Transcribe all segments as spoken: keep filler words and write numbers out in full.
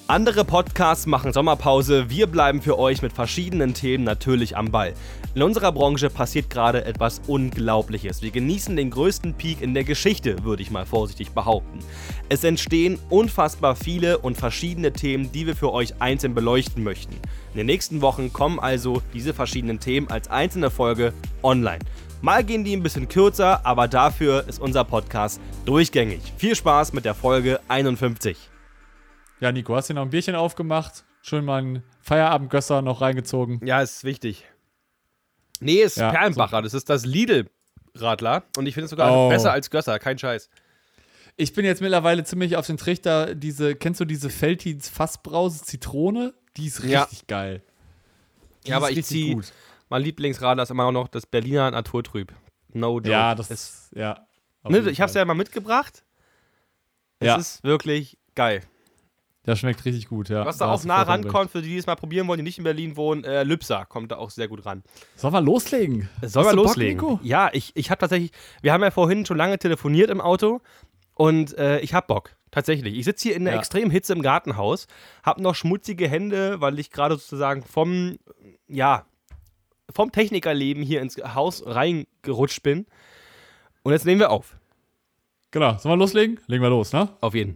Andere Podcasts machen Sommerpause, wir bleiben für euch mit verschiedenen Themen natürlich am Ball. In unserer Branche passiert gerade etwas Unglaubliches. Wir genießen den größten Peak in der Geschichte, würde ich mal vorsichtig behaupten. Es entstehen unfassbar viele und verschiedene Themen, die wir für euch einzeln beleuchten möchten. In den nächsten Wochen kommen also diese verschiedenen Themen als einzelne Folge online. Mal gehen die ein bisschen kürzer, aber dafür ist unser Podcast durchgängig. Viel Spaß mit der Folge einundfünfzig. Ja, Nico, hast du noch ein Bierchen aufgemacht? Schön mal einen Feierabendgösser noch reingezogen. Ja, ist wichtig. Nee, ist ja, Perlenbacher. So. Das ist das Lidl-Radler. Und ich finde es sogar oh. besser als Gösser. Kein Scheiß. Ich bin jetzt mittlerweile ziemlich auf den Trichter. Diese, kennst du diese Veltins Fassbrause Zitrone? Die ist richtig ja. geil. Die ja, aber ich ziehe. Mein Lieblingsradler ist immer noch das Berliner Naturtrüb. No joke. Ja, das ist. Ja, ne, ich habe es ja mal mitgebracht. Es ja. ist wirklich geil. Das schmeckt richtig gut, ja. Was da, da auch nah rankommt, für die, die es mal probieren wollen, die nicht in Berlin wohnen, äh, Lübser kommt da auch sehr gut ran. Sollen wir loslegen? Sollen wir loslegen? Bock, Nico? Ja, ich, ich habe tatsächlich, wir haben ja vorhin schon lange telefoniert im Auto und äh, ich habe Bock, tatsächlich. Ich sitze hier in der ja. extremen Hitze im Gartenhaus, habe noch schmutzige Hände, weil ich gerade sozusagen vom, ja, vom Technikerleben hier ins Haus reingerutscht bin. Und jetzt nehmen wir auf. Genau, sollen wir loslegen? Legen wir los, ne? Auf jeden.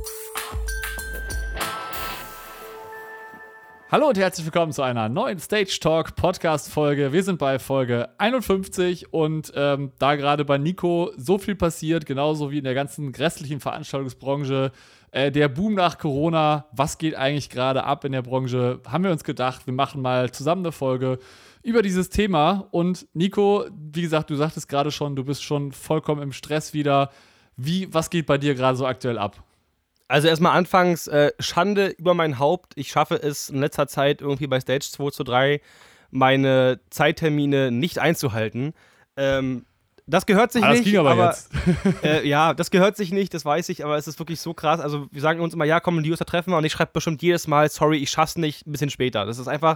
Hallo und herzlich willkommen zu einer neuen Stage Talk Podcast Folge. Wir sind bei Folge einundfünfzig und ähm, da gerade bei Nico so viel passiert, genauso wie in der ganzen restlichen Veranstaltungsbranche, äh, der Boom nach Corona, was geht eigentlich gerade ab in der Branche, haben wir uns gedacht, wir machen mal zusammen eine Folge über dieses Thema. Und Nico, wie gesagt, du sagtest gerade schon, du bist schon vollkommen im Stress wieder. Wie, was geht bei dir gerade so aktuell ab? Also erstmal anfangs äh, Schande über mein Haupt. Ich schaffe es in letzter Zeit irgendwie bei Stage zwei zu drei meine Zeittermine nicht einzuhalten. Ähm, das gehört sich ah, das nicht. Ging aber, aber jetzt. äh, ja, das gehört sich nicht, das weiß ich, aber es ist wirklich so krass. Also wir sagen uns immer, ja komm, die User treffen wir und ich schreibe bestimmt jedes Mal, sorry, ich schaff's nicht, ein bisschen später. Das ist einfach,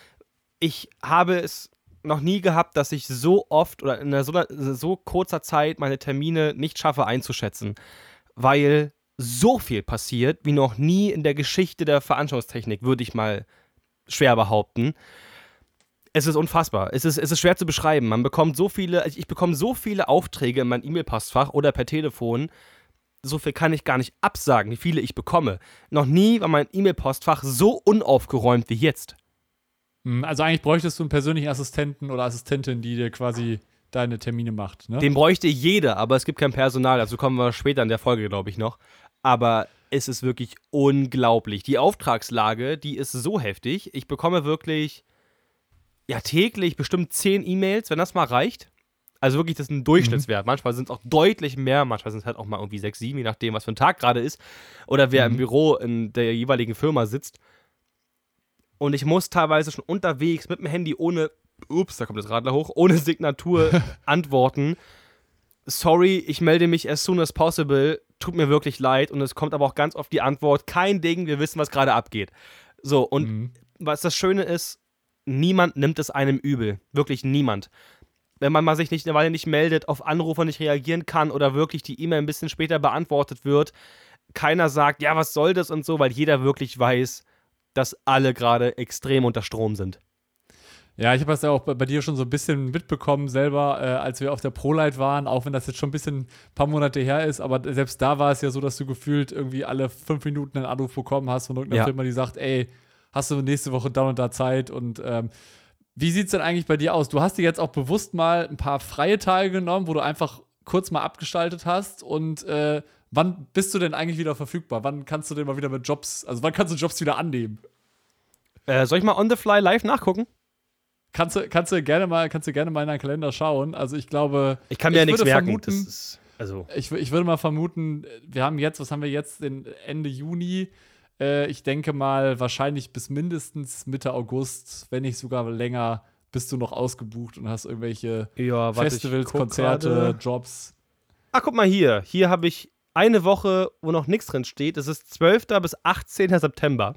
ich habe es noch nie gehabt, dass ich so oft oder in so, einer, so kurzer Zeit meine Termine nicht schaffe einzuschätzen, weil so viel passiert, wie noch nie in der Geschichte der Veranstaltungstechnik, würde ich mal schwer behaupten. Es ist unfassbar. Es ist, es ist schwer zu beschreiben. Man bekommt so viele, also ich bekomme so viele Aufträge in mein E-Mail-Postfach oder per Telefon. So viel kann ich gar nicht absagen, wie viele ich bekomme. Noch nie war mein E-Mail-Postfach so unaufgeräumt wie jetzt. Also eigentlich bräuchtest du einen persönlichen Assistenten oder Assistentin, die dir quasi deine Termine macht, ne? Den bräuchte jeder, aber es gibt kein Personal. Dazu kommen wir später in der Folge, glaube ich, noch. Aber es ist wirklich unglaublich. Die Auftragslage, die ist so heftig. Ich bekomme wirklich, ja, täglich bestimmt zehn E-Mails, wenn das mal reicht. Also wirklich, das ist ein Durchschnittswert. Mhm. Manchmal sind es auch deutlich mehr, manchmal sind es halt auch mal irgendwie sechs, sieben, je nachdem, was für ein Tag gerade ist. Oder wer mhm. im Büro in der jeweiligen Firma sitzt. Und ich muss teilweise schon unterwegs mit dem Handy ohne, ups, da kommt das Radler hoch, ohne Signatur antworten. Sorry, ich melde mich as soon as possible. Tut mir wirklich leid. Und es kommt aber auch ganz oft die Antwort, kein Ding, wir wissen, was gerade abgeht. So, und mhm. was das Schöne ist, niemand nimmt es einem übel. Wirklich niemand. Wenn man mal sich nicht eine Weile nicht meldet, auf Anrufe nicht reagieren kann oder wirklich die E-Mail ein bisschen später beantwortet wird, keiner sagt, ja, was soll das und so, weil jeder wirklich weiß, dass alle gerade extrem unter Strom sind. Ja, ich habe das ja auch bei, bei dir schon so ein bisschen mitbekommen selber, äh, als wir auf der ProLight waren, auch wenn das jetzt schon ein bisschen ein paar Monate her ist, aber selbst da war es ja so, dass du gefühlt irgendwie alle fünf Minuten einen Anruf bekommen hast von irgendeiner ja. Firma, die sagt, ey, hast du nächste Woche da und da Zeit und ähm, wie sieht's denn eigentlich bei dir aus? Du hast dir jetzt auch bewusst mal ein paar freie Tage genommen, wo du einfach kurz mal abgeschaltet hast und äh, wann bist du denn eigentlich wieder verfügbar? Wann kannst du denn mal wieder mit Jobs, also wann kannst du Jobs wieder annehmen? Äh, soll ich mal on the fly live nachgucken? Kannst du, kannst du gerne mal, kannst du gerne mal in deinen Kalender schauen. Also ich glaube, ich kann mir ja nichts merken. Vermuten, das ist, also ich, ich würde mal vermuten, wir haben jetzt, was haben wir jetzt, den Ende Juni. Äh, ich denke mal, wahrscheinlich bis mindestens Mitte August, wenn nicht sogar länger, bist du noch ausgebucht und hast irgendwelche ja, warte, Festivals, Konzerte, grade. Jobs. Ach, guck mal hier. Hier habe ich eine Woche, wo noch nichts drin steht. Es ist zwölfter bis achtzehnter September.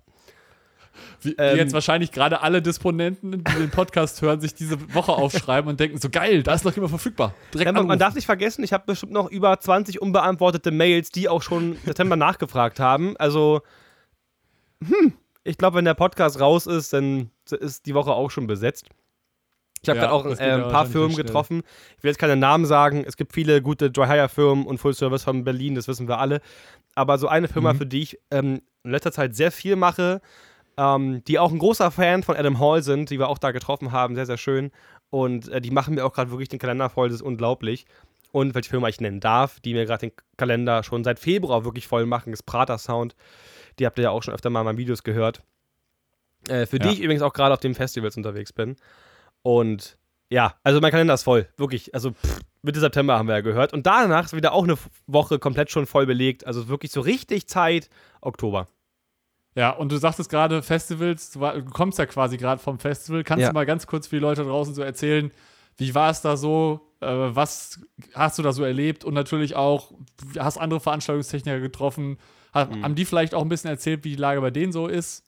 Wie, ähm, jetzt wahrscheinlich gerade alle Disponenten, die den Podcast hören, sich diese Woche aufschreiben und denken so, geil, da ist noch immer verfügbar. Direkt ja, man, man darf nicht vergessen, ich habe bestimmt noch über zwanzig unbeantwortete Mails, die auch schon im September nachgefragt haben. Also hm, ich glaube, wenn der Podcast raus ist, dann ist die Woche auch schon besetzt. Ich habe Ja, gerade auch das äh, geht ja ein paar wahrscheinlich Firmen schnell. getroffen. Ich will jetzt keine Namen sagen. Es gibt viele gute Dry-Hire-Firmen und Full-Service von Berlin, das wissen wir alle. Aber so eine Firma, Mhm. für die ich ähm, in letzter Zeit sehr viel mache, ähm, die auch ein großer Fan von Adam Hall sind, die wir auch da getroffen haben, sehr, sehr schön. Und äh, die machen mir auch gerade wirklich den Kalender voll, das ist unglaublich. Und welche Firma ich nennen darf, die mir gerade den Kalender schon seit Februar wirklich voll machen, ist Prater Sound. Die habt ihr ja auch schon öfter mal in meinen Videos gehört. Äh, für Ja. die ich übrigens auch gerade auf den Festivals unterwegs bin. Und ja, also mein Kalender ist voll, wirklich. Also pff, Mitte September haben wir ja gehört. Und danach ist wieder auch eine Woche komplett schon voll belegt. Also wirklich so richtig Zeit, Oktober. Ja, und du sagtest gerade Festivals, du, war, du kommst ja quasi gerade vom Festival. Kannst Ja. du mal ganz kurz für die Leute draußen so erzählen, wie war es da so? Äh, was hast du da so erlebt? Und natürlich auch, hast andere Veranstaltungstechniker getroffen? Ha, Mhm. Haben die vielleicht auch ein bisschen erzählt, wie die Lage bei denen so ist?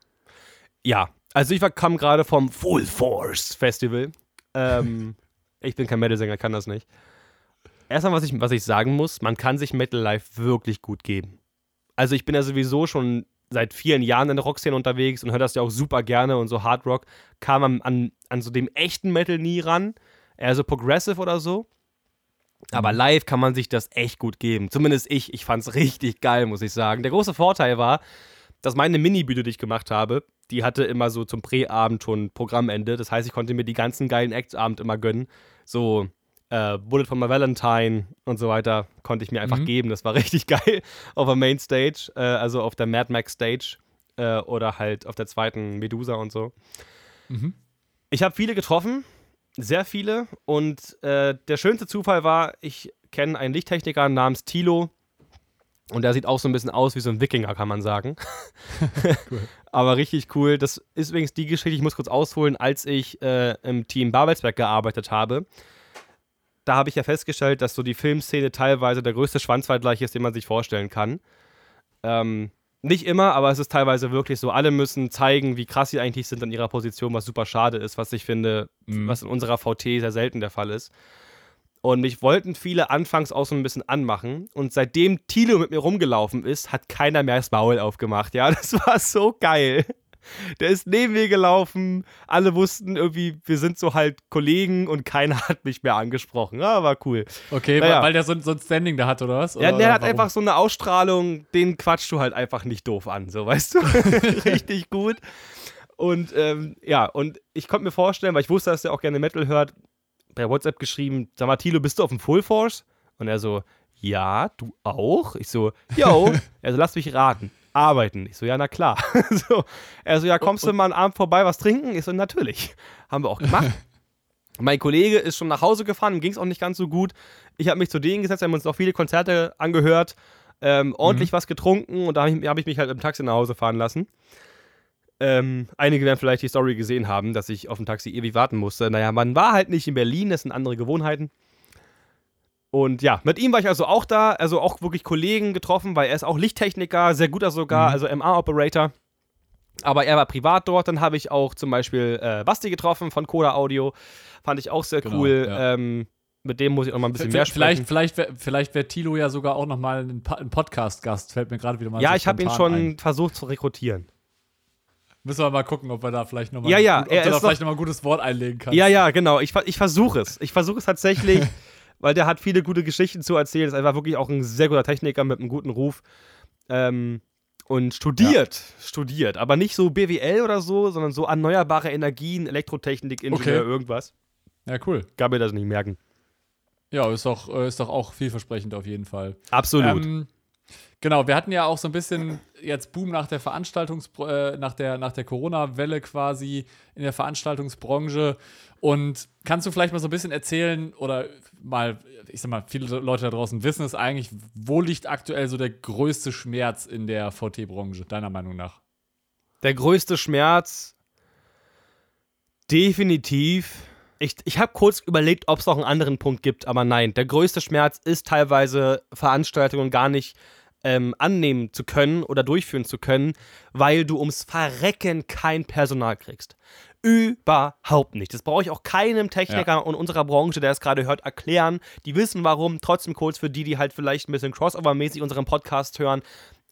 Ja, also ich war- kam gerade vom Full Force Festival. Ähm, ich bin kein Metal-Sänger, kann das nicht. Erstmal, was ich, was ich sagen muss, man kann sich Metal Live wirklich gut geben. Also ich bin ja sowieso schon seit vielen Jahren in der Rockszene unterwegs und höre das ja auch super gerne und so Hard Rock kam an, an, an so dem echten Metal nie ran. Eher so Progressive oder so. Aber Mhm. live kann man sich das echt gut geben. Zumindest ich. Ich fand's richtig geil, muss ich sagen. Der große Vorteil war, dass meine Mini-Bühne, die ich gemacht habe, die hatte immer so zum Präabend schon Programmende. Das heißt, ich konnte mir die ganzen geilen Acts abend immer gönnen. So äh, Bullet for my Valentine und so weiter konnte ich mir einfach Mhm. geben. Das war richtig geil auf der Main Stage, äh, also auf der Mad Max Stage äh, oder halt auf der zweiten Medusa und so. Mhm. Ich habe viele getroffen, sehr viele. Und äh, der schönste Zufall war, ich kenne einen Lichttechniker namens Thilo. Und der sieht auch so ein bisschen aus wie so ein Wikinger, kann man sagen. Cool. Aber richtig cool. Das ist übrigens die Geschichte, ich muss kurz ausholen, als ich äh, im Team Babelsberg gearbeitet habe. Da habe ich ja festgestellt, dass so die Filmszene teilweise der größte Schwanzvergleich ist, den man sich vorstellen kann. Ähm, nicht immer, aber es ist teilweise wirklich so. Alle müssen zeigen, wie krass sie eigentlich sind in ihrer Position, was super schade ist, was ich finde, Mhm. was in unserer V T sehr selten der Fall ist. Und mich wollten viele anfangs auch so ein bisschen anmachen. Und seitdem Thilo mit mir rumgelaufen ist, hat keiner mehr das Maul aufgemacht. Ja, das war so geil. Der ist neben mir gelaufen. Alle wussten irgendwie, wir sind so halt Kollegen und keiner hat mich mehr angesprochen. Ja, war cool. Okay, Naja. weil, weil der so, so ein Standing da hat, oder was? Ja, Oder, der oder hat warum? einfach so eine Ausstrahlung, den quatschst du halt einfach nicht doof an, so, weißt du? Richtig gut. Und ähm, ja, und ich konnte mir vorstellen, weil ich wusste, dass der auch gerne Metal hört, per WhatsApp geschrieben, sag mal, Thilo, bist du auf dem Full Force? Und er so, ja, du auch? Ich so, yo, er so, lass mich raten, arbeiten. Ich so, ja, na klar. so, er so, ja, kommst du mal einen Abend vorbei, was trinken? Ich so, natürlich. Haben wir auch gemacht. Mein Kollege ist schon nach Hause gefahren, ihm ging es auch nicht ganz so gut. Ich habe mich zu denen gesetzt, wir haben uns noch viele Konzerte angehört, ähm, ordentlich was getrunken und da habe ich, hab ich mich halt im Taxi nach Hause fahren lassen. Ähm, einige werden vielleicht die Story gesehen haben, dass ich auf dem Taxi ewig warten musste. Naja, man war halt nicht in Berlin, das sind andere Gewohnheiten. Und ja, mit ihm war ich also auch da, also auch wirklich Kollegen getroffen, weil er ist auch Lichttechniker, sehr guter sogar, Mhm. also M A-Operator. Aber er war privat dort, dann habe ich auch zum Beispiel äh, Basti getroffen von Coda Audio, fand ich auch sehr Genau, cool. ja. Ähm, mit dem muss ich auch mal ein bisschen V- mehr vielleicht, sprechen. vielleicht, wär- vielleicht wäre Thilo ja sogar auch noch mal ein, Pa- ein Podcast-Gast, fällt mir gerade wieder mal Ja, so ich habe ihn spontan schon ein. versucht zu rekrutieren. Müssen wir mal gucken, ob wir da vielleicht noch mal Ja, ja, gut, ob er du da ist noch- vielleicht noch mal ein gutes Wort einlegen kannst. Ja, ja, genau. Ich, ver- ich versuche es. Ich versuche es tatsächlich, weil der hat viele gute Geschichten zu erzählen. Ist einfach wirklich auch ein sehr guter Techniker mit einem guten Ruf. Ähm, und studiert, studiert. Aber nicht so B W L oder so, sondern so erneuerbare Energien, Elektrotechnik, Ingenieur, Okay. irgendwas. Ja, cool. Kann mir das nicht merken. Ja, ist doch, äh, ist doch auch vielversprechend auf jeden Fall. Absolut. Ähm, genau, wir hatten ja auch so ein bisschen jetzt Boom nach der Veranstaltungs äh, nach der, nach der Corona-Welle quasi in der Veranstaltungsbranche. Und kannst du vielleicht mal so ein bisschen erzählen oder mal, ich sag mal, viele Leute da draußen wissen es eigentlich, wo liegt aktuell so der größte Schmerz in der V T-Branche, deiner Meinung nach? Der größte Schmerz, definitiv. Ich, ich habe kurz überlegt, ob es noch einen anderen Punkt gibt, aber nein. Der größte Schmerz ist teilweise, Veranstaltungen gar nicht ähm, annehmen zu können oder durchführen zu können, weil du ums Verrecken kein Personal kriegst. Überhaupt nicht. Das brauche ich auch keinem Techniker Ja. in unserer Branche, der es gerade hört, erklären. Die wissen warum. Trotzdem kurz für die, die halt vielleicht ein bisschen Crossover-mäßig unseren Podcast hören.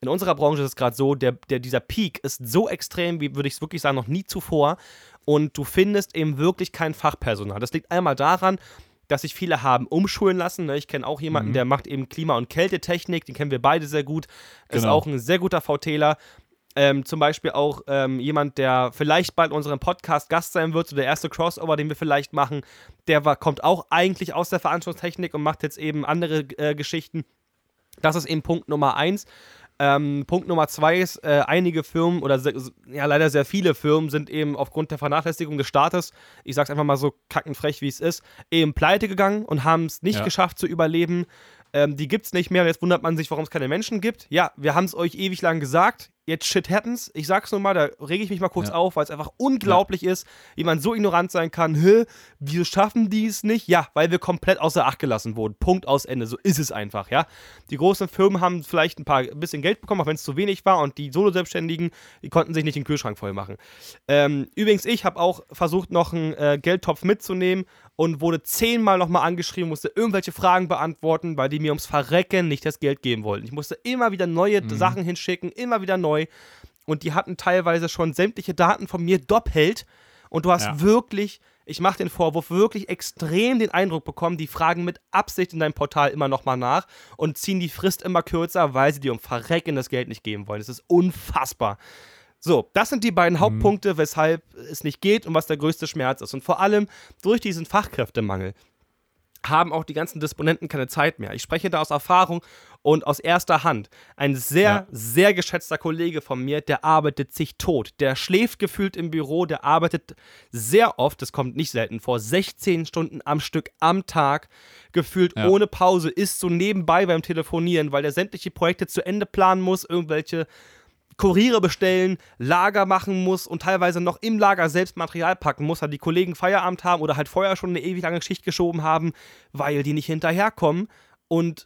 in unserer Branche ist es gerade so, der, der, dieser Peak ist so extrem, wie würde ich es wirklich sagen, noch nie zuvor. Und du findest eben wirklich kein Fachpersonal. Das liegt einmal daran, dass sich viele haben umschulen lassen. Ich kenne auch jemanden, mhm. der macht eben Klima- und Kältetechnik, den kennen wir beide sehr gut. Ist genau. auch ein sehr guter VTler. Ähm, zum Beispiel auch ähm, jemand, der vielleicht bald in unserem Podcast Gast sein wird, so der erste Crossover, den wir vielleicht machen, der war, kommt auch eigentlich aus der Veranstaltungstechnik und macht jetzt eben andere äh, Geschichten. Das ist eben Punkt Nummer eins. Ähm, Punkt Nummer zwei ist, äh, einige Firmen oder se- ja leider sehr viele Firmen sind eben aufgrund der Vernachlässigung des Staates, ich sag's einfach mal so kackenfrech, wie es ist, eben pleite gegangen und haben es nicht ja. geschafft zu überleben. Ähm, die gibt's nicht mehr und jetzt wundert man sich, warum es keine Menschen gibt. Ja, wir haben es euch ewig lang gesagt. Jetzt shit happens. Ich sag's nur mal, da rege ich mich mal kurz Ja. auf, weil es einfach unglaublich ja. ist, wie man so ignorant sein kann. Hä, wir schaffen die es nicht? Ja, weil wir komplett außer Acht gelassen wurden. Punkt, aus Ende. So ist es einfach, ja. Die großen Firmen haben vielleicht ein paar ein bisschen Geld bekommen, auch wenn es zu wenig war, und die Solo-Selbstständigen, die konnten sich nicht den Kühlschrank voll machen. Ähm, übrigens, ich habe auch versucht, noch einen äh, Geldtopf mitzunehmen und wurde zehnmal nochmal angeschrieben, musste irgendwelche Fragen beantworten, weil die mir ums Verrecken nicht das Geld geben wollten. Ich musste immer wieder neue mhm. Sachen hinschicken, immer wieder neu. Und die hatten teilweise schon sämtliche Daten von mir doppelt. Und du hast ja. wirklich, ich mache den Vorwurf, wirklich extrem den Eindruck bekommen, die fragen mit Absicht in deinem Portal immer nochmal nach und ziehen die Frist immer kürzer, weil sie dir um Verrecken das Geld nicht geben wollen. Das ist unfassbar. So, das sind die beiden mhm. Hauptpunkte, weshalb es nicht geht und was der größte Schmerz ist. Und vor allem durch diesen Fachkräftemangel haben auch die ganzen Disponenten keine Zeit mehr. Ich spreche da aus Erfahrung und aus erster Hand. Ein sehr, ja. sehr geschätzter Kollege von mir, der arbeitet sich tot. Der schläft gefühlt im Büro, der arbeitet sehr oft, das kommt nicht selten vor, sechzehn Stunden am Stück am Tag, gefühlt ja. ohne Pause, ist so nebenbei beim Telefonieren, weil der sämtliche Projekte zu Ende planen muss, irgendwelche Kuriere bestellen, Lager machen muss und teilweise noch im Lager selbst Material packen muss, weil die Kollegen Feierabend haben oder halt vorher schon eine ewig lange Schicht geschoben haben, weil die nicht hinterherkommen. Und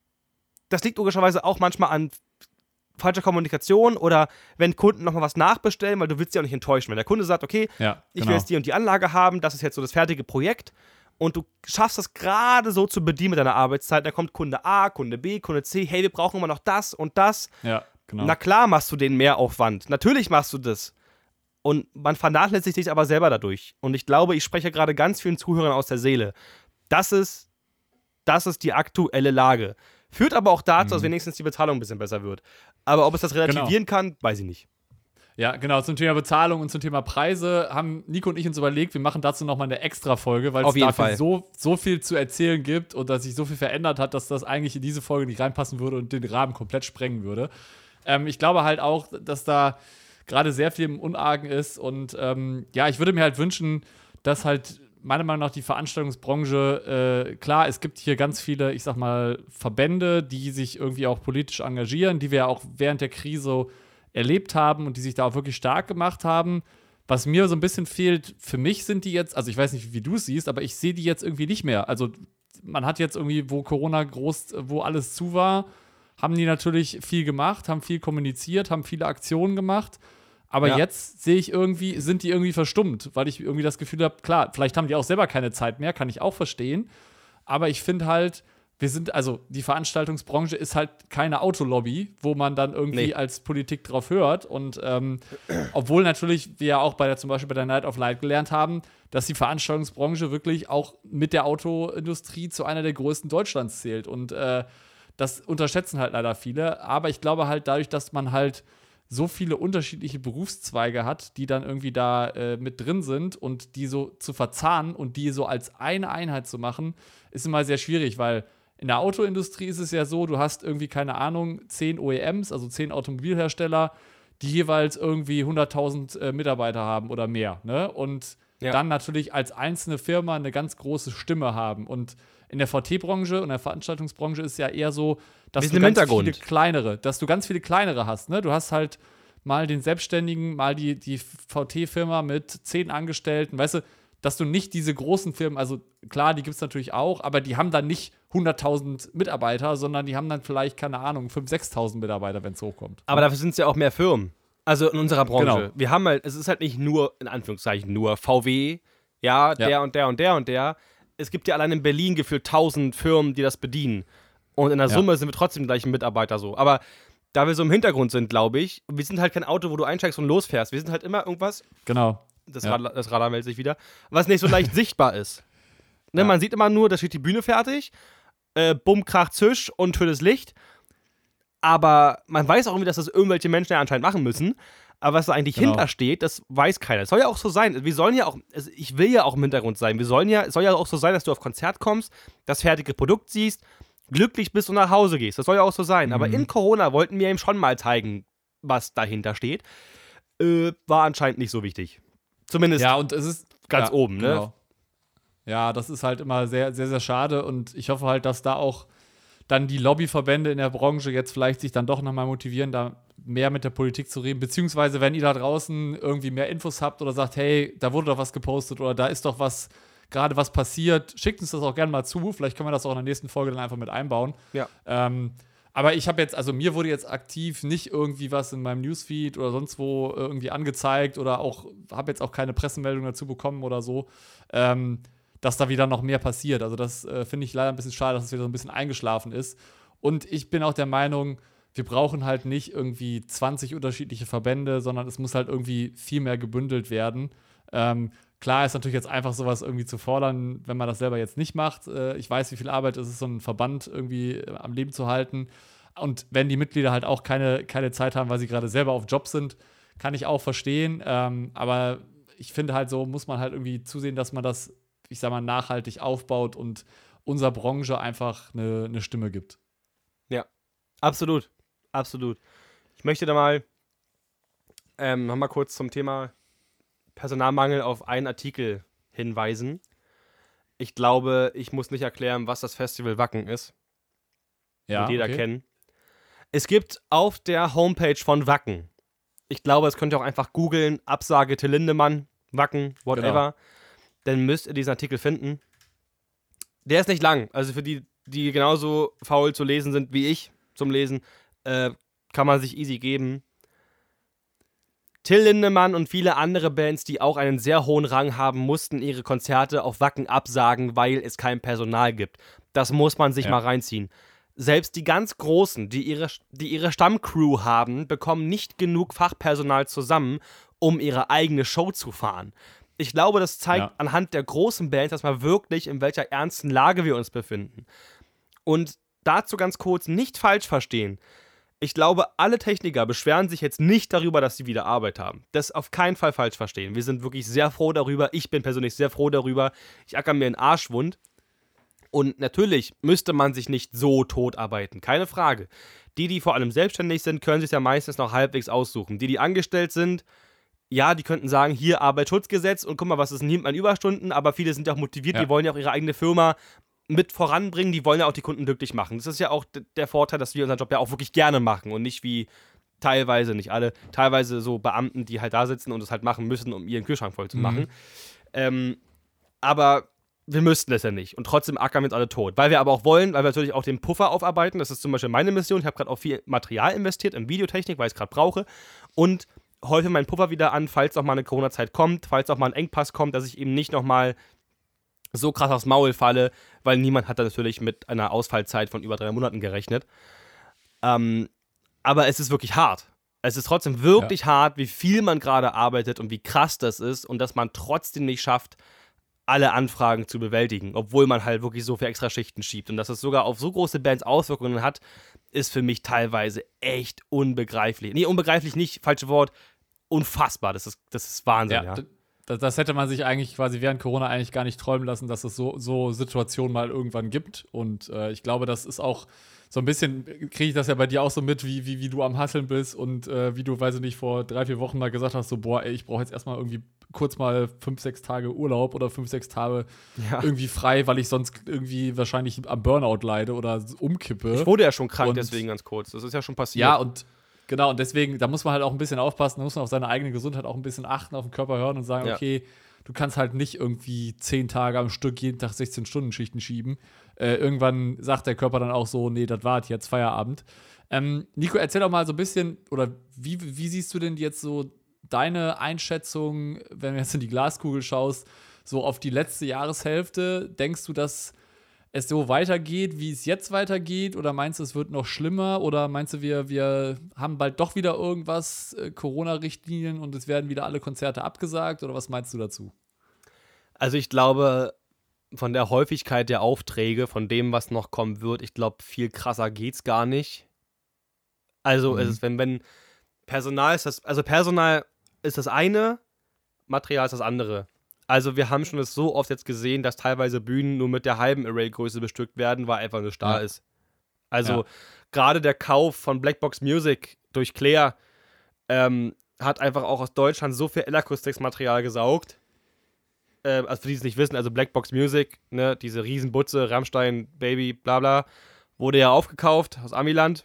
das liegt logischerweise auch manchmal an falscher Kommunikation oder wenn Kunden nochmal was nachbestellen, weil du willst ja auch nicht enttäuschen. Wenn der Kunde sagt, okay, ja, ich genau. will jetzt die und die Anlage haben, das ist jetzt so das fertige Projekt und du schaffst das gerade so zu bedienen mit deiner Arbeitszeit, dann kommt Kunde A, Kunde B, Kunde C, hey, wir brauchen immer noch das und das. Ja. Genau. Na klar machst du den Mehraufwand. Natürlich machst du das. Und man vernachlässigt sich aber selber dadurch. Und ich glaube, ich spreche gerade ganz vielen Zuhörern aus der Seele. Das ist, das ist die aktuelle Lage. Führt aber auch dazu, mhm. dass wenigstens die Bezahlung ein bisschen besser wird. Aber ob es das relativieren genau. kann, weiß ich nicht. Ja, genau, zum Thema Bezahlung und zum Thema Preise haben Nico und ich uns überlegt, wir machen dazu nochmal eine Extra-Folge, weil es dafür so, so viel zu erzählen gibt und dass sich so viel verändert hat, dass das eigentlich in diese Folge nicht reinpassen würde und den Rahmen komplett sprengen würde. Ähm, ich glaube halt auch, dass da gerade sehr viel im Unargen ist und ähm, ja, ich würde mir halt wünschen, dass halt meiner Meinung nach die Veranstaltungsbranche, äh, klar, es gibt hier ganz viele, ich sag mal, Verbände, die sich irgendwie auch politisch engagieren, die wir auch während der Krise erlebt haben und die sich da auch wirklich stark gemacht haben. Was mir so ein bisschen fehlt, für mich sind die jetzt, also ich weiß nicht, wie du es siehst, aber ich sehe die jetzt irgendwie nicht mehr. Also man hat jetzt irgendwie, wo Corona groß, wo alles zu war, haben die natürlich viel gemacht, haben viel kommuniziert, haben viele Aktionen gemacht. Aber ja. jetzt sehe ich irgendwie, sind die irgendwie verstummt, weil ich irgendwie das Gefühl habe, klar, vielleicht haben die auch selber keine Zeit mehr, kann ich auch verstehen. Aber ich finde halt, wir sind, also die Veranstaltungsbranche ist halt keine Autolobby, wo man dann irgendwie nee. als Politik drauf hört. Und ähm, obwohl natürlich wir ja auch bei der, zum Beispiel bei der Night of Light gelernt haben, dass die Veranstaltungsbranche wirklich auch mit der Autoindustrie zu einer der größten Deutschlands zählt. Und äh, das unterschätzen halt leider viele. Aber ich glaube halt dadurch, dass man halt so viele unterschiedliche Berufszweige hat, die dann irgendwie da äh, mit drin sind und die so zu verzahnen und die so als eine Einheit zu machen, ist immer sehr schwierig, weil in der Autoindustrie ist es ja so, du hast irgendwie, keine Ahnung, zehn O E Ms, also zehn Automobilhersteller, die jeweils irgendwie hunderttausend äh, Mitarbeiter haben oder mehr, ne? Und ja. dann natürlich als einzelne Firma eine ganz große Stimme haben. Und in der V T-Branche und der Veranstaltungsbranche ist es ja eher so, dass du ganz viele kleinere, dass du ganz viele kleinere hast, ne? Du hast halt mal den Selbstständigen, mal die, die V T-Firma mit zehn Angestellten, weißt du, dass du nicht diese großen Firmen, also klar, die gibt es natürlich auch, aber die haben dann nicht hunderttausend Mitarbeiter, sondern die haben dann vielleicht, keine Ahnung, fünftausend, sechstausend Mitarbeiter, wenn es hochkommt. Aber dafür sind es ja auch mehr Firmen. Also in unserer Branche. Genau. Wir haben halt, es ist halt nicht nur, in Anführungszeichen, nur V W, ja, der ja. und der und der und der. Es gibt ja allein in Berlin gefühlt tausend Firmen, die das bedienen. Und in der Summe ja. sind wir trotzdem die gleichen Mitarbeiter so. Aber da wir so im Hintergrund sind, glaube ich, wir sind halt kein Auto, wo du einsteigst und losfährst. Wir sind halt immer irgendwas, Genau. das, Ja. Radar, das Radar meldet sich wieder, was nicht so leicht sichtbar ist. Ne, Ja. Man sieht immer nur, da steht die Bühne fertig, äh, bumm, krach, zisch und schönes Licht. Aber man weiß auch irgendwie, dass das irgendwelche Menschen ja anscheinend machen müssen. Aber was da eigentlich Genau. hintersteht, das weiß keiner. Es soll ja auch so sein. Wir sollen ja auch, also ich will ja auch im Hintergrund sein. Wir sollen ja, es soll ja auch so sein, dass du auf Konzert kommst, das fertige Produkt siehst, glücklich bist und nach Hause gehst. Das soll ja auch so sein. Mhm. Aber in Corona wollten wir ihm schon mal zeigen, was dahinter steht. Äh, war anscheinend nicht so wichtig. Zumindest Ja, und es ist ganz ja, oben, ne? Genau. Ja, das ist halt immer sehr, sehr, sehr schade und ich hoffe halt, dass da auch dann die Lobbyverbände in der Branche jetzt vielleicht sich dann doch nochmal motivieren, da mehr mit der Politik zu reden, beziehungsweise wenn ihr da draußen irgendwie mehr Infos habt oder sagt, hey, da wurde doch was gepostet oder da ist doch was, gerade was passiert, schickt uns das auch gerne mal zu, vielleicht können wir das auch in der nächsten Folge dann einfach mit einbauen. Ja. Ähm, aber ich habe jetzt, also mir wurde jetzt aktiv nicht irgendwie was in meinem Newsfeed oder sonst wo irgendwie angezeigt oder auch, habe jetzt auch keine Pressemeldung dazu bekommen oder so, ähm, dass da wieder noch mehr passiert. Also das äh, finde ich leider ein bisschen schade, dass es wieder so ein bisschen eingeschlafen ist. Und ich bin auch der Meinung, wir brauchen halt nicht irgendwie zwanzig unterschiedliche Verbände, sondern es muss halt irgendwie viel mehr gebündelt werden. Ähm, klar ist natürlich jetzt einfach sowas irgendwie zu fordern, wenn man das selber jetzt nicht macht. Äh, ich weiß, wie viel Arbeit es ist, so einen Verband irgendwie äh, am Leben zu halten. Und wenn die Mitglieder halt auch keine, keine Zeit haben, weil sie gerade selber auf Job sind, kann ich auch verstehen. Ähm, aber ich finde halt so, muss man halt irgendwie zusehen, dass man das, ich sag mal, nachhaltig aufbaut und unserer Branche einfach eine, eine Stimme gibt. Ja, absolut. Absolut. Ich möchte da mal ähm, noch mal kurz zum Thema Personalmangel auf einen Artikel hinweisen. Ich glaube, ich muss nicht erklären, was das Festival Wacken ist. Ja, Wird jeder okay. kennen. Es gibt auf der Homepage von Wacken, ich glaube, das könnt ihr auch einfach googeln, Absage Till Lindemann, Wacken, whatever. Dann müsst ihr diesen Artikel finden. Der ist nicht lang. Also für die, die genauso faul zu lesen sind wie ich zum Lesen, äh, kann man sich easy geben. Till Lindemann und viele andere Bands, die auch einen sehr hohen Rang haben, mussten ihre Konzerte auf Wacken absagen, weil es kein Personal gibt. Das muss man sich Ja. mal reinziehen. Selbst die ganz Großen, die ihre, die ihre Stammcrew haben, bekommen nicht genug Fachpersonal zusammen, um ihre eigene Show zu fahren. Ich glaube, das zeigt Ja. anhand der großen Bands, dass man wirklich, in welcher ernsten Lage wir uns befinden. Und dazu ganz kurz, nicht falsch verstehen. Ich glaube, alle Techniker beschweren sich jetzt nicht darüber, dass sie wieder Arbeit haben. Das auf keinen Fall falsch verstehen. Wir sind wirklich sehr froh darüber. Ich bin persönlich sehr froh darüber. Ich acker mir den Arsch wund. Und natürlich müsste man sich nicht so tot arbeiten, keine Frage. Die, die vor allem selbstständig sind, können sich ja meistens noch halbwegs aussuchen. Die, die angestellt sind, ja, die könnten sagen, hier Arbeitsschutzgesetz und guck mal, was ist denn hier mit meinen Überstunden, aber viele sind ja auch motiviert, Ja. die wollen ja auch ihre eigene Firma mit voranbringen, die wollen ja auch die Kunden glücklich machen. Das ist ja auch d- der Vorteil, dass wir unseren Job ja auch wirklich gerne machen und nicht wie teilweise, nicht alle, teilweise so Beamten, die halt da sitzen und es halt machen müssen, um ihren Kühlschrank voll zu machen. Mhm. Ähm, aber wir müssten es ja nicht. Und trotzdem ackern wir uns alle tot. Weil wir aber auch wollen, weil wir natürlich auch den Puffer aufarbeiten. Das ist zum Beispiel meine Mission. Ich habe gerade auch viel Material investiert in Videotechnik, weil ich es gerade brauche. Und häufe meinen Puffer wieder an, falls noch mal eine Corona-Zeit kommt, falls noch mal ein Engpass kommt, dass ich eben nicht noch mal so krass aufs Maul falle, weil niemand hat da natürlich mit einer Ausfallzeit von über drei Monaten gerechnet. Ähm, aber es ist wirklich hart. Es ist trotzdem wirklich hart, wie viel man gerade arbeitet und wie krass das ist und dass man trotzdem nicht schafft, alle Anfragen zu bewältigen, obwohl man halt wirklich so viele extra Schichten schiebt. Und dass es sogar auf so große Bands Auswirkungen hat, ist für mich teilweise echt unbegreiflich. Nee, unbegreiflich nicht, falsches Wort, unfassbar. Das ist, das ist Wahnsinn, ja. Ja, d- das, das hätte man sich eigentlich quasi während Corona eigentlich gar nicht träumen lassen, dass es so, so Situationen mal irgendwann gibt. Und äh, ich glaube, das ist auch so ein bisschen, kriege ich das ja bei dir auch so mit, wie, wie, wie du am Hasseln bist und äh, wie du, weiß ich nicht, vor drei, vier Wochen mal gesagt hast, so, boah, ey, ich brauche jetzt erstmal irgendwie kurz mal fünf, sechs Tage Urlaub oder fünf, sechs Tage Ja. irgendwie frei, weil ich sonst irgendwie wahrscheinlich am Burnout leide oder umkippe. Ich wurde ja schon krank, Und- deswegen ganz kurz. Das ist ja schon passiert. Ja, und genau, und deswegen, da muss man halt auch ein bisschen aufpassen, da muss man auf seine eigene Gesundheit auch ein bisschen achten, auf den Körper hören und sagen, Ja. okay, du kannst halt nicht irgendwie zehn Tage am Stück jeden Tag sechzehn Stunden Schichten schieben. Äh, irgendwann sagt der Körper dann auch so, nee, das war jetzt Feierabend. Ähm, Nico, erzähl doch mal so ein bisschen, oder wie, wie siehst du denn jetzt so deine Einschätzung, wenn du jetzt in die Glaskugel schaust, so auf die letzte Jahreshälfte? Denkst du, dass es so weitergeht, wie es jetzt weitergeht? Oder meinst du, es wird noch schlimmer? Oder meinst du, wir, wir haben bald doch wieder irgendwas, äh, Corona-Richtlinien und es werden wieder alle Konzerte abgesagt? Oder was meinst du dazu? Also ich glaube, von der Häufigkeit der Aufträge, von dem, was noch kommen wird, ich glaube, viel krasser geht's gar nicht. Also Mhm. es ist, wenn, wenn Personal ist das, also Personal ist das eine, Material ist das andere. Also wir haben schon es so oft jetzt gesehen, dass teilweise Bühnen nur mit der halben Array-Größe bestückt werden, weil einfach eine Star Ja. ist. Also Ja. gerade der Kauf von Blackbox Music durch Claire ähm, hat einfach auch aus Deutschland so viel L-Acoustics-Material gesaugt. Ähm, also für die es nicht wissen, also Blackbox Music, ne, diese Riesenbutze, Rammstein, Baby, bla bla, wurde ja aufgekauft aus Amiland.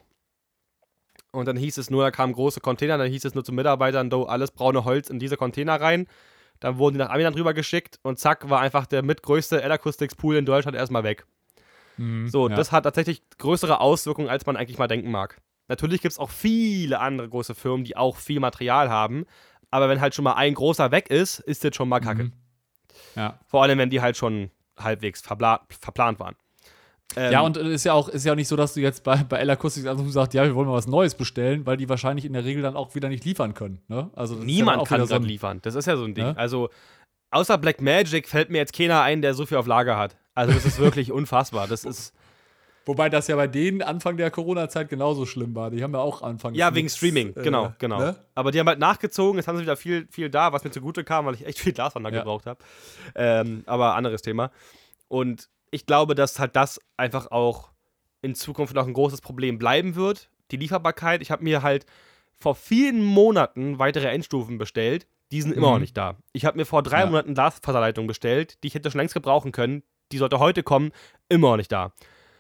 Und dann hieß es nur, da kamen große Container, dann hieß es nur zu Mitarbeitern, do alles braune Holz in diese Container rein. Dann wurden die nach Amiland rüber geschickt und zack, war einfach der mitgrößte L-Acoustics-Pool in Deutschland erstmal weg. Mhm. So, ja. das hat tatsächlich größere Auswirkungen, als man eigentlich mal denken mag. Natürlich gibt es auch viele andere große Firmen, die auch viel Material haben, aber wenn halt schon mal ein großer weg ist, ist das schon mal kacke. Mhm. Ja. Vor allem, wenn die halt schon halbwegs verbla- verplant waren. Ähm, Ja, und es ist ja auch, ist ja auch nicht so, dass du jetzt bei, bei L-Acoustics anrufst und sagst, ja, wir wollen mal was Neues bestellen, weil die wahrscheinlich in der Regel dann auch wieder nicht liefern können. Ne? Also das ist ja dann niemand auch kann wieder so gerade ein- liefern. Das ist ja so ein Ding. Ja. Also, außer Blackmagic fällt mir jetzt keiner ein, der so viel auf Lager hat. Also, das ist wirklich unfassbar. Das ist. Wobei das ja bei denen Anfang der Corona-Zeit genauso schlimm war. Die haben ja auch Anfang Ja, wegen nichts, Streaming, äh, genau, genau. Ne? Aber die haben halt nachgezogen, jetzt haben sie wieder viel, viel da, was mir zugute kam, weil ich echt viel Glaswander Ja. gebraucht habe. Ähm, aber anderes Thema. Und ich glaube, dass halt das einfach auch in Zukunft noch ein großes Problem bleiben wird. Die Lieferbarkeit. Ich habe mir halt vor vielen Monaten weitere Endstufen bestellt. Die sind immer Mhm. noch nicht da. Ich habe mir vor drei Ja. Monaten Glasfaserleitung bestellt, die ich hätte schon längst gebrauchen können. Die sollte heute kommen, immer noch nicht da.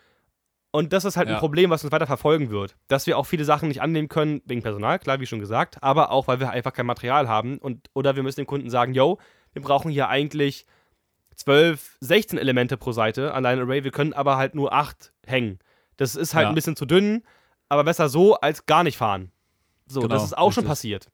Und das ist halt Ja. ein Problem, was uns weiter verfolgen wird. Dass wir auch viele Sachen nicht annehmen können, wegen Personal, klar, wie schon gesagt, aber auch, weil wir einfach kein Material haben. Und, oder wir müssen dem Kunden sagen, yo, wir brauchen hier eigentlich zwölf, sechzehn Elemente pro Seite an Line Array, wir können aber halt nur acht hängen. Das ist halt Ja. ein bisschen zu dünn, aber besser so, als gar nicht fahren. So, Genau, das ist auch schon richtig. passiert.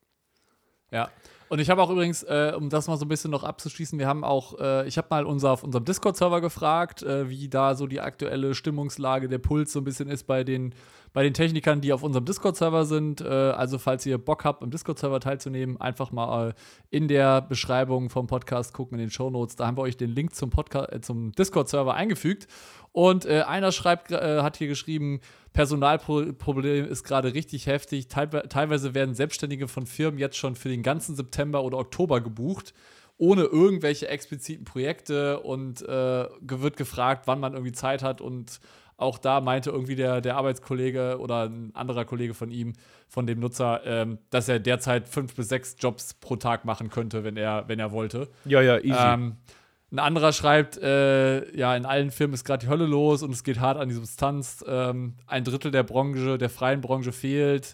Ja. Und ich habe auch übrigens, äh, um das mal so ein bisschen noch abzuschließen, wir haben auch, äh, ich habe mal unser, auf unserem Discord-Server gefragt, äh, wie da so die aktuelle Stimmungslage, der Puls so ein bisschen ist bei den, bei den Technikern, die auf unserem Discord-Server sind. Äh, also falls ihr Bock habt, im Discord-Server teilzunehmen, einfach mal äh, in der Beschreibung vom Podcast gucken, in den Shownotes. Da haben wir euch den Link zum, Podca- äh, zum Discord-Server eingefügt. Und äh, einer schreibt, äh, hat hier geschrieben, Personalproblem ist gerade richtig heftig. Teilwe- teilweise werden Selbstständige von Firmen jetzt schon für den ganzen September oder Oktober gebucht, ohne irgendwelche expliziten Projekte und äh, ge- wird gefragt, wann man irgendwie Zeit hat. Und auch da meinte irgendwie der, der Arbeitskollege oder ein anderer Kollege von ihm, von dem Nutzer, ähm, dass er derzeit fünf bis sechs Jobs pro Tag machen könnte, wenn er, wenn er wollte. Ja, ja, easy. Ähm, ein anderer schreibt, äh, ja, in allen Firmen ist gerade die Hölle los und es geht hart an die Substanz. Ähm, ein Drittel der Branche, der freien Branche fehlt.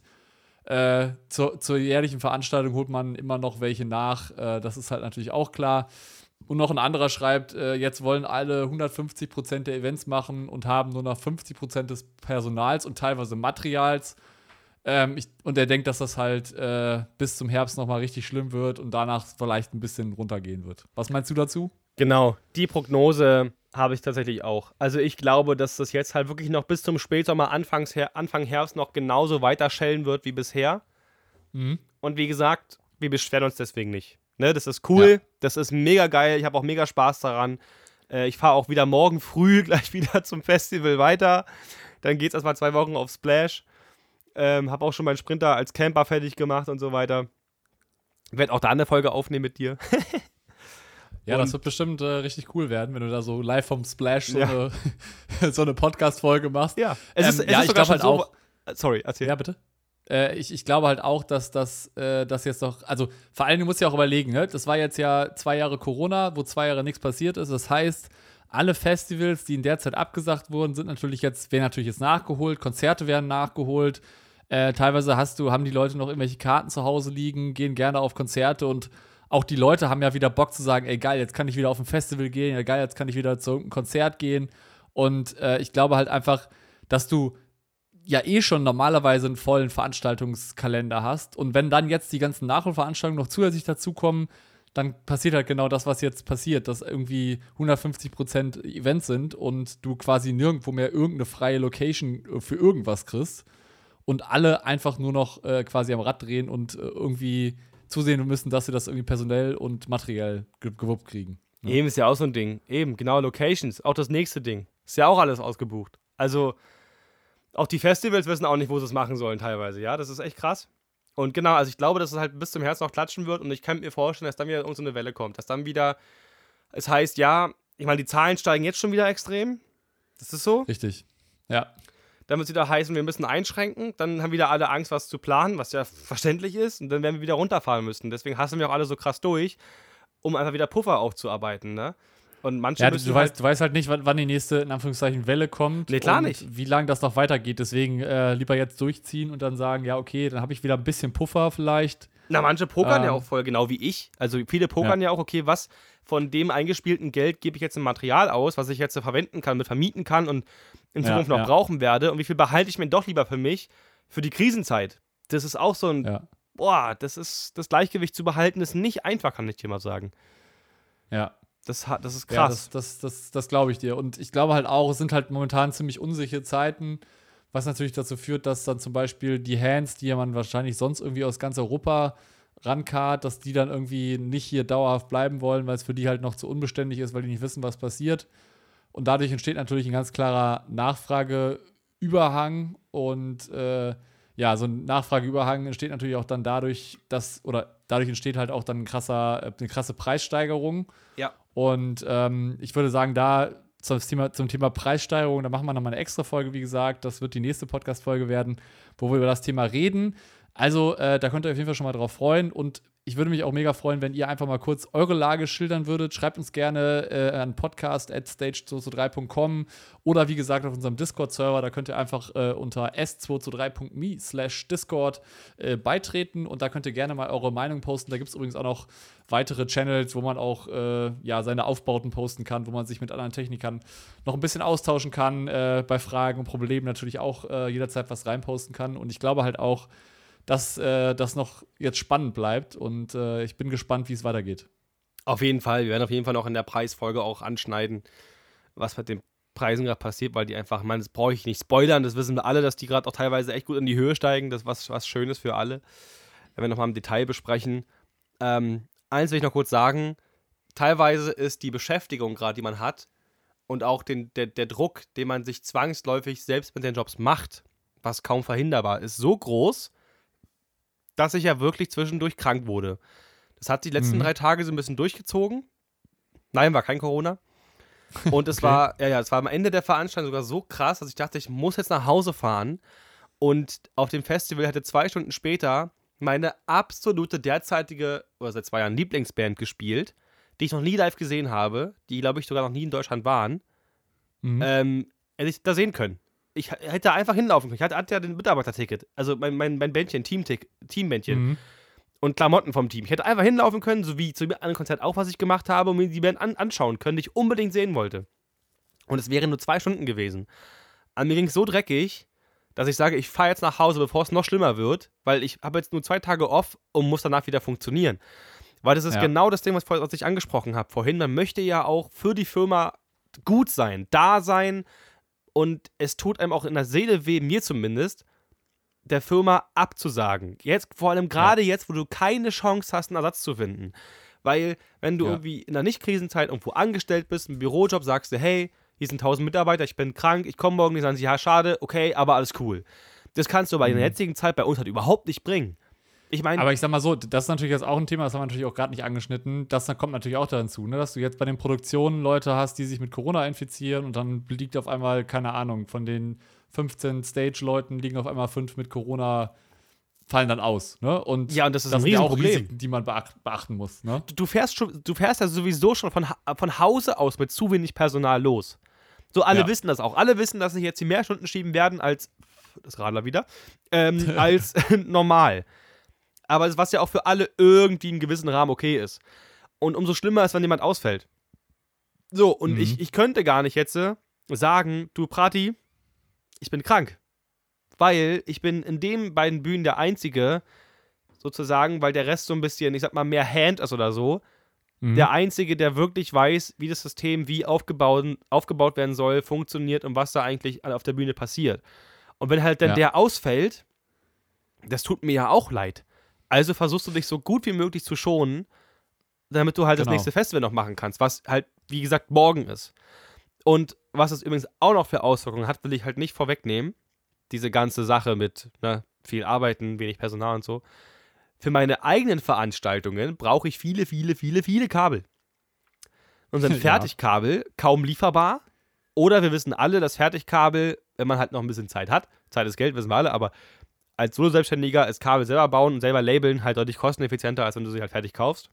Äh, zur, zur jährlichen Veranstaltung holt man immer noch welche nach. Äh, das ist halt natürlich auch klar. Und noch ein anderer schreibt, äh, jetzt wollen alle hundertfünfzig Prozent der Events machen und haben nur noch fünfzig Prozent des Personals und teilweise Materials. Ähm, ich, und er denkt, dass das halt äh, bis zum Herbst nochmal richtig schlimm wird und danach vielleicht ein bisschen runtergehen wird. Was meinst du dazu? Genau, die Prognose habe ich tatsächlich auch. Also ich glaube, dass das jetzt halt wirklich noch bis zum Spätsommer, Anfangs Her- Anfang Herbst noch genauso weiter schellen wird wie bisher. Mhm. Und wie gesagt, wir beschweren uns deswegen nicht. Ne, das ist cool, Ja. das ist mega geil, ich habe auch mega Spaß daran. Äh, ich fahre auch wieder morgen früh gleich wieder zum Festival weiter. Dann geht es erstmal zwei Wochen auf Splash. Ähm, habe auch schon meinen Sprinter als Camper fertig gemacht und so weiter. Werde auch da eine Folge aufnehmen mit dir. Ja, Und- das wird bestimmt äh, richtig cool werden, wenn du da so live vom Splash so Ja. eine, so eine Podcast-Folge machst. Ja, es Ähm, ist, es ja, ist ich sogar glaub schon halt so. Sorry, erzähl. Ja, bitte. Äh, ich, ich glaube halt auch, dass das äh, das jetzt doch, also vor allem, du musst ja auch überlegen, ne? Das war jetzt ja zwei Jahre Corona, wo zwei Jahre nichts passiert ist. Das heißt, alle Festivals, die in der Zeit abgesagt wurden, sind natürlich jetzt, werden natürlich jetzt nachgeholt, Konzerte werden nachgeholt. Äh, teilweise hast du, haben die Leute noch irgendwelche Karten zu Hause liegen, gehen gerne auf Konzerte und auch die Leute haben ja wieder Bock zu sagen, ey geil, jetzt kann ich wieder auf ein Festival gehen, ja geil, jetzt kann ich wieder zu irgendeinem Konzert gehen. Und äh, ich glaube halt einfach, dass du ja eh schon normalerweise einen vollen Veranstaltungskalender hast. Und wenn dann jetzt die ganzen Nachholveranstaltungen noch zusätzlich dazukommen, dann passiert halt genau das, was jetzt passiert, dass irgendwie hundertfünfzig Prozent Events sind und du quasi nirgendwo mehr irgendeine freie Location für irgendwas kriegst und alle einfach nur noch äh, quasi am Rad drehen und äh, irgendwie zusehen müssen, dass sie das irgendwie personell und materiell ge- gewuppt kriegen. Ja. Eben ist ja auch so ein Ding. Eben, genau, Locations. Auch das nächste Ding. Ist ja auch alles ausgebucht. Also, auch die Festivals wissen auch nicht, wo sie es machen sollen teilweise. Ja, das ist echt krass. Und genau, also ich glaube, dass es halt bis zum Herbst noch klatschen wird und ich kann mir vorstellen, dass dann wieder irgendeine Welle kommt. Dass dann wieder, es heißt, ja, ich meine, die Zahlen steigen jetzt schon wieder extrem. Das ist so. Richtig, ja. Dann wird es wieder heißen, wir müssen einschränken. Dann haben wieder alle Angst, was zu planen, was ja verständlich ist. Und dann werden wir wieder runterfahren müssen. Deswegen hassen wir auch alle so krass durch, um einfach wieder Puffer aufzuarbeiten, ne? Und manche ja, du, müssen du, halt weißt, du weißt halt nicht, wann, wann die nächste, in Anführungszeichen, Welle kommt. Nee, klar und nicht. Wie lange das noch weitergeht. Deswegen äh, lieber jetzt durchziehen und dann sagen, ja, okay, dann habe ich wieder ein bisschen Puffer vielleicht. Na, manche pokern ähm, ja auch voll, genau wie ich. Also viele pokern ja, ja auch, okay, was von dem eingespielten Geld gebe ich jetzt in Material aus, was ich jetzt verwenden kann, mit vermieten kann und in Zukunft ja, noch ja. brauchen werde und wie viel behalte ich mir doch lieber für mich, für die Krisenzeit. Das ist auch so ein, ja. boah, das ist, das Gleichgewicht zu behalten, ist nicht einfach, kann ich dir mal sagen. Ja. Das, das ist Ja, krass. das, das, das, das glaube ich dir. Und ich glaube halt auch, es sind halt momentan ziemlich unsichere Zeiten, was natürlich dazu führt, dass dann zum Beispiel die Hands, die ja man wahrscheinlich sonst irgendwie aus ganz Europa rankarrt, dass die dann irgendwie nicht hier dauerhaft bleiben wollen, weil es für die halt noch zu unbeständig ist, weil die nicht wissen, was passiert. Und dadurch entsteht natürlich ein ganz klarer Nachfrageüberhang und äh, ja, so ein Nachfrageüberhang entsteht natürlich auch dann dadurch, dass, oder dadurch entsteht halt auch dann ein krasser, eine krasse Preissteigerung. Ja. Und ähm, ich würde sagen, da zum Thema, zum Thema Preissteigerung, da machen wir nochmal eine extra Folge, wie gesagt. Das wird die nächste Podcast-Folge werden, wo wir über das Thema reden. Also, äh, da könnt ihr auf jeden Fall schon mal drauf freuen. Und ich würde mich auch mega freuen, wenn ihr einfach mal kurz eure Lage schildern würdet. Schreibt uns gerne äh, an podcast at stage zwei zwei drei punkt com oder wie gesagt auf unserem Discord-Server. Da könnt ihr einfach äh, unter s zwei zwei drei punkt me slash discord äh, beitreten und da könnt ihr gerne mal eure Meinung posten. Da gibt es übrigens auch noch weitere Channels, wo man auch äh, ja, seine Aufbauten posten kann, wo man sich mit anderen Technikern noch ein bisschen austauschen kann, äh, bei Fragen und Problemen natürlich auch äh, jederzeit was reinposten kann. Und ich glaube halt auch, dass äh, das noch jetzt spannend bleibt und äh, ich bin gespannt, wie es weitergeht. Auf jeden Fall. Wir werden auf jeden Fall noch in der Preisfolge auch anschneiden, was mit den Preisen gerade passiert, weil die einfach, man, das brauche ich nicht spoilern, das wissen wir alle, dass die gerade auch teilweise echt gut in die Höhe steigen. Das ist was, was Schönes für alle. Wenn wir nochmal im Detail besprechen. Ähm, eins will ich noch kurz sagen, teilweise ist die Beschäftigung gerade, die man hat und auch den, der, der Druck, den man sich zwangsläufig selbst mit den Jobs macht, was kaum verhinderbar ist, so groß, dass ich ja wirklich zwischendurch krank wurde. Das hat die letzten mhm. drei Tage so ein bisschen durchgezogen. Nein, war kein Corona. Und es okay. war, ja, ja, es war am Ende der Veranstaltung sogar so krass, dass ich dachte, ich muss jetzt nach Hause fahren. Und auf dem Festival hatte zwei Stunden später meine absolute derzeitige, oder seit zwei Jahren Lieblingsband gespielt, die ich noch nie live gesehen habe, die, glaube ich, sogar noch nie in Deutschland waren. Mhm. Ähm, hätte ich da sehen können. Ich hätte einfach hinlaufen können. Ich hatte, hatte ja den Mitarbeiterticket. Also mein, mein, mein Bändchen, Teamtick, Teambändchen. Mhm. Und Klamotten vom Team. Ich hätte einfach hinlaufen können, so wie zu einem Konzert auch, was ich gemacht habe, und mir die Band an, anschauen können, die ich unbedingt sehen wollte. Und es wären nur zwei Stunden gewesen. An mir ging es so dreckig, dass ich sage, ich fahre jetzt nach Hause, bevor es noch schlimmer wird, weil ich habe jetzt nur zwei Tage off und muss danach wieder funktionieren. Weil das ist ja. genau das Ding, was, was ich angesprochen habe vorhin. Man möchte ja auch für die Firma gut sein, da sein. Und es tut einem auch in der Seele weh, mir zumindest, der Firma abzusagen. Jetzt, vor allem gerade ja. jetzt, wo du keine Chance hast, einen Ersatz zu finden. Weil, wenn du ja. irgendwie in einer Nicht-Krisenzeit irgendwo angestellt bist, im Bürojob, sagst du, hey, hier sind tausend Mitarbeiter, ich bin krank, ich komme morgen, die sagen, ja, schade, okay, aber alles cool. Das kannst du aber mhm. in der jetzigen Zeit bei uns halt überhaupt nicht bringen. Ich meine, aber ich sag mal so, das ist natürlich jetzt auch ein Thema, das haben wir natürlich auch gerade nicht angeschnitten. Das kommt natürlich auch dazu, ne? Dass du jetzt bei den Produktionen Leute hast, die sich mit Corona infizieren und dann liegt auf einmal, keine Ahnung, von den fünfzehn Stage-Leuten liegen auf einmal fünf mit Corona, fallen dann aus, ne? Und ja, und das ist das ein sind ja auch Riesenproblem, Risiken, die man beacht, beachten muss, ne? Du, du, fährst schon, du fährst ja sowieso schon von, von Hause aus mit zu wenig Personal los. So, alle ja. wissen das auch. Alle wissen, dass sich jetzt die mehr Stunden schieben werden als, das Radler wieder, ähm, als normal. Aber was ja auch für alle irgendwie im gewissen Rahmen okay ist. Und umso schlimmer ist, wenn jemand ausfällt. So, und mhm. ich, ich könnte gar nicht jetzt sagen, du Prati, ich bin krank. Weil ich bin in den beiden Bühnen der Einzige, sozusagen, weil der Rest so ein bisschen, ich sag mal, mehr Hand ist oder so, Mhm. der Einzige, der wirklich weiß, wie das System wie aufgebaut, aufgebaut werden soll, funktioniert und was da eigentlich auf der Bühne passiert. Und wenn halt dann Ja. der ausfällt, das tut mir ja auch leid. Also versuchst du dich so gut wie möglich zu schonen, damit du halt Genau. das nächste Festival noch machen kannst, was halt, wie gesagt, morgen ist. Und was es übrigens auch noch für Auswirkungen hat, will ich halt nicht vorwegnehmen. Diese ganze Sache mit ne, viel Arbeiten, wenig Personal und so. Für meine eigenen Veranstaltungen brauche ich viele, viele, viele, viele Kabel. Und sind Ja. Fertigkabel kaum lieferbar. Oder wir wissen alle, dass Fertigkabel, wenn man halt noch ein bisschen Zeit hat, Zeit ist Geld, wissen wir alle, aber als Solo-Selbstständiger ist Kabel selber bauen und selber labeln halt deutlich kosteneffizienter, als wenn du sie halt fertig kaufst.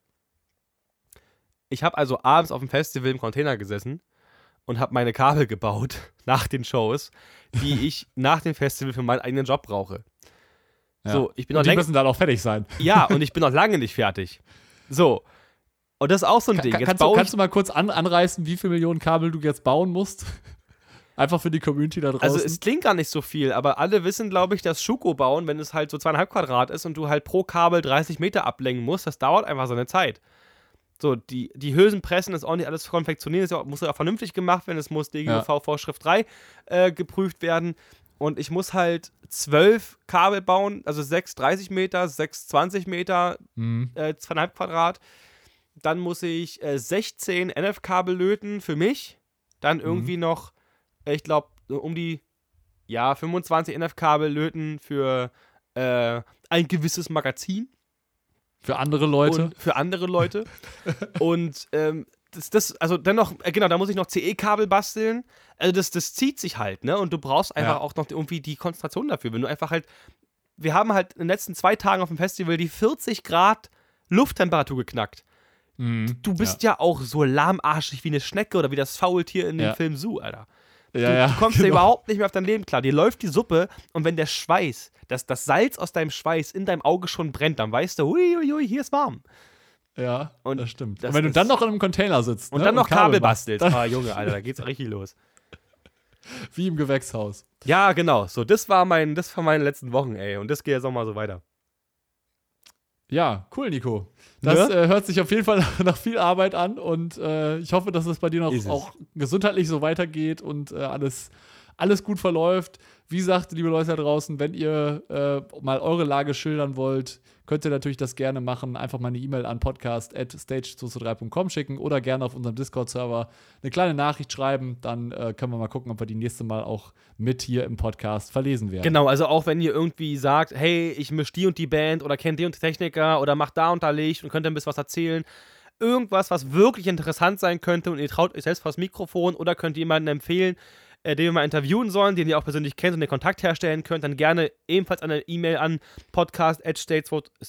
Ich habe also abends auf dem Festival im Container gesessen und habe meine Kabel gebaut nach den Shows, die ich nach dem Festival für meinen eigenen Job brauche. Ja. So, ich bin und noch die läng- müssen dann auch fertig sein. Ja, und ich bin noch lange nicht fertig. So. Und das ist auch so ein Ka- Ding. Jetzt kannst, du, baue ich, kannst du mal kurz an, anreißen, wie viele Millionen Kabel du jetzt bauen musst? Einfach für die Community da draußen. also es klingt gar nicht so viel, aber alle wissen, glaube ich, dass Schuko bauen, wenn es halt so zweieinhalb Quadrat ist und du halt pro Kabel dreißig Meter ablenken musst, das dauert einfach seine Zeit. So, die, die Hülsenpressen ist auch nicht alles konfektioniert, das ist ja auch- muss ja auch vernünftig gemacht werden, es muss D G U V-Vorschrift drei äh, geprüft werden. Und ich muss halt zwölf Kabel bauen, also sechs dreißig Meter, sechs zwanzig Meter, Mhm. äh, zweieinhalb Quadrat. Dann muss ich äh, sechzehn N F-Kabel löten für mich. Dann irgendwie noch, äh, ich glaube, um die ja, fünfundzwanzig N F-Kabel löten für äh, ein gewisses Magazin. Für andere Leute. Und für andere Leute. Und ähm, das, das, also dennoch, äh, genau, da muss ich noch C E-Kabel basteln. Also das, das zieht sich halt, ne? Und du brauchst einfach Ja. auch noch irgendwie die Konzentration dafür. Wenn du einfach halt, wir haben halt in den letzten zwei Tagen auf dem Festival die vierzig Grad Lufttemperatur geknackt. Mhm. Du bist ja. auch so lahmarschig wie eine Schnecke oder wie das Faultier in dem Ja. Film Zoo, Alter. Ja, Du, ja, du kommst ja genau. überhaupt nicht mehr auf dein Leben klar. Dir läuft die Suppe und wenn der Schweiß, das, das Salz aus deinem Schweiß in deinem Auge schon brennt, dann weißt du, hui, hui, hui, hier ist warm. Ja, Und das stimmt. das und wenn du ist- dann noch in einem Container sitzt Und ne, dann noch Kabel machst, bastelst. dann, Ah, Junge, Alter, da geht's richtig los. wie im Gewächshaus. Ja, genau. So, das war mein, das war meine letzten Wochen, ey. Und das geht jetzt auch mal so weiter. Ja, cool, Nico. Das Ne? äh, hört sich auf jeden Fall nach viel Arbeit an und äh, ich hoffe, dass es bei dir noch Ist es. auch gesundheitlich so weitergeht und äh, alles, alles gut verläuft. Wie gesagt, liebe Leute da draußen, wenn ihr äh, mal eure Lage schildern wollt, könnt ihr natürlich das gerne machen. Einfach mal eine E-Mail an podcast at stage zwei zwei drei punkt com schicken oder gerne auf unserem Discord-Server eine kleine Nachricht schreiben. Dann äh, können wir mal gucken, ob wir die nächste Mal auch mit hier im Podcast verlesen werden. Genau, also auch wenn ihr irgendwie sagt, hey, ich misch die und die Band oder kennt die und die Techniker oder macht da und da Licht und könnt ein bisschen was erzählen. Irgendwas, was wirklich interessant sein könnte und ihr traut euch selbst vor das Mikrofon oder könnt ihr jemanden empfehlen, äh, den wir mal interviewen sollen, den ihr auch persönlich kennt und den Kontakt herstellen könnt, dann gerne ebenfalls eine E-Mail an podcast at stage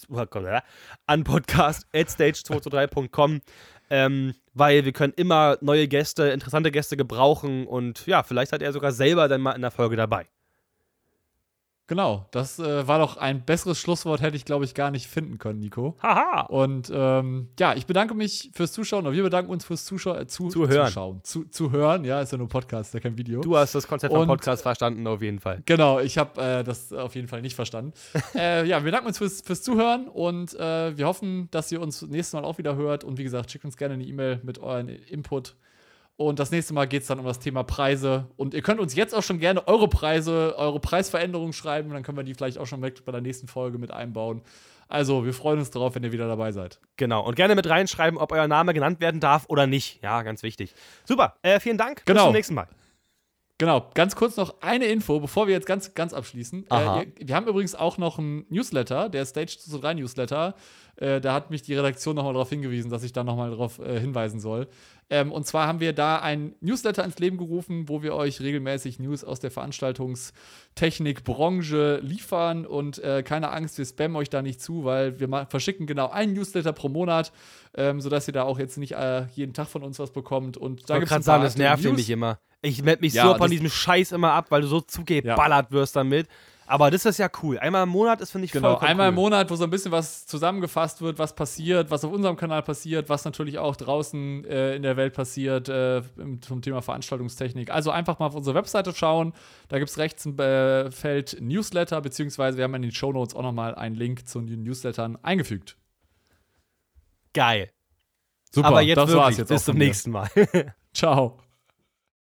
zwei zwei drei punkt com, ähm, weil wir können immer neue Gäste, interessante Gäste gebrauchen und ja, vielleicht seid ihr sogar selber dann mal in der Folge dabei. Genau, das äh, war doch ein besseres Schlusswort, hätte ich, glaube ich, gar nicht finden können, Nico. Haha! Und ähm, ja, ich bedanke mich fürs Zuschauen, oder wir bedanken uns fürs Zuschau äh, zu Zuhören. Zuschauen. Zu, zu hören, ja, ist ja nur Podcast, ist ja kein Video. Du hast das Konzept vom Und- Podcast verstanden, auf jeden Fall. Genau, ich habe äh, das auf jeden Fall nicht verstanden. äh, ja, wir bedanken uns fürs, fürs Zuhören und äh, wir hoffen, dass ihr uns nächstes Mal auch wieder hört. Und wie gesagt, schickt uns gerne eine E-Mail mit euren Input. Und das nächste Mal geht es dann um das Thema Preise. Und ihr könnt uns jetzt auch schon gerne eure Preise, eure Preisveränderungen schreiben. Dann können wir die vielleicht auch schon bei der nächsten Folge mit einbauen. Also, wir freuen uns drauf, wenn ihr wieder dabei seid. Genau. Und gerne mit reinschreiben, ob euer Name genannt werden darf oder nicht. Ja, ganz wichtig. Super. Äh, vielen Dank. Bis Genau. zum nächsten Mal. Genau, ganz kurz noch eine Info, bevor wir jetzt ganz, ganz abschließen. Aha. Äh, wir haben übrigens auch noch einen Newsletter, der Stage zwei drei Newsletter. Äh, da hat mich die Redaktion nochmal darauf hingewiesen, dass ich da nochmal darauf äh, hinweisen soll. Ähm, und zwar haben wir da einen Newsletter ins Leben gerufen, wo wir euch regelmäßig News aus der Veranstaltungstechnikbranche liefern. Und äh, keine Angst, wir spammen euch da nicht zu, weil wir ma- verschicken genau einen Newsletter pro Monat, ähm, sodass ihr da auch jetzt nicht äh, jeden Tag von uns was bekommt. Und Ich da wollte gibt es gerade sagen, das nervt mich immer. Ich melde mich Ja, so von das- diesem Scheiß immer ab, weil du so zugeballert wirst damit. Aber das ist ja cool. Einmal im Monat ist, finde ich, Genau, vollkommen einmal im cool. Monat, wo so ein bisschen was zusammengefasst wird, was passiert, was auf unserem Kanal passiert, was natürlich auch draußen äh, in der Welt passiert äh, im- zum Thema Veranstaltungstechnik. Also einfach mal auf unsere Webseite schauen. Da gibt es rechts ein äh, Feld Newsletter, beziehungsweise wir haben in den Shownotes auch nochmal einen Link zu den Newslettern eingefügt. Geil. Super, Aber jetzt das wirklich, war's jetzt bis auch zum von mir. nächsten Mal. Ciao.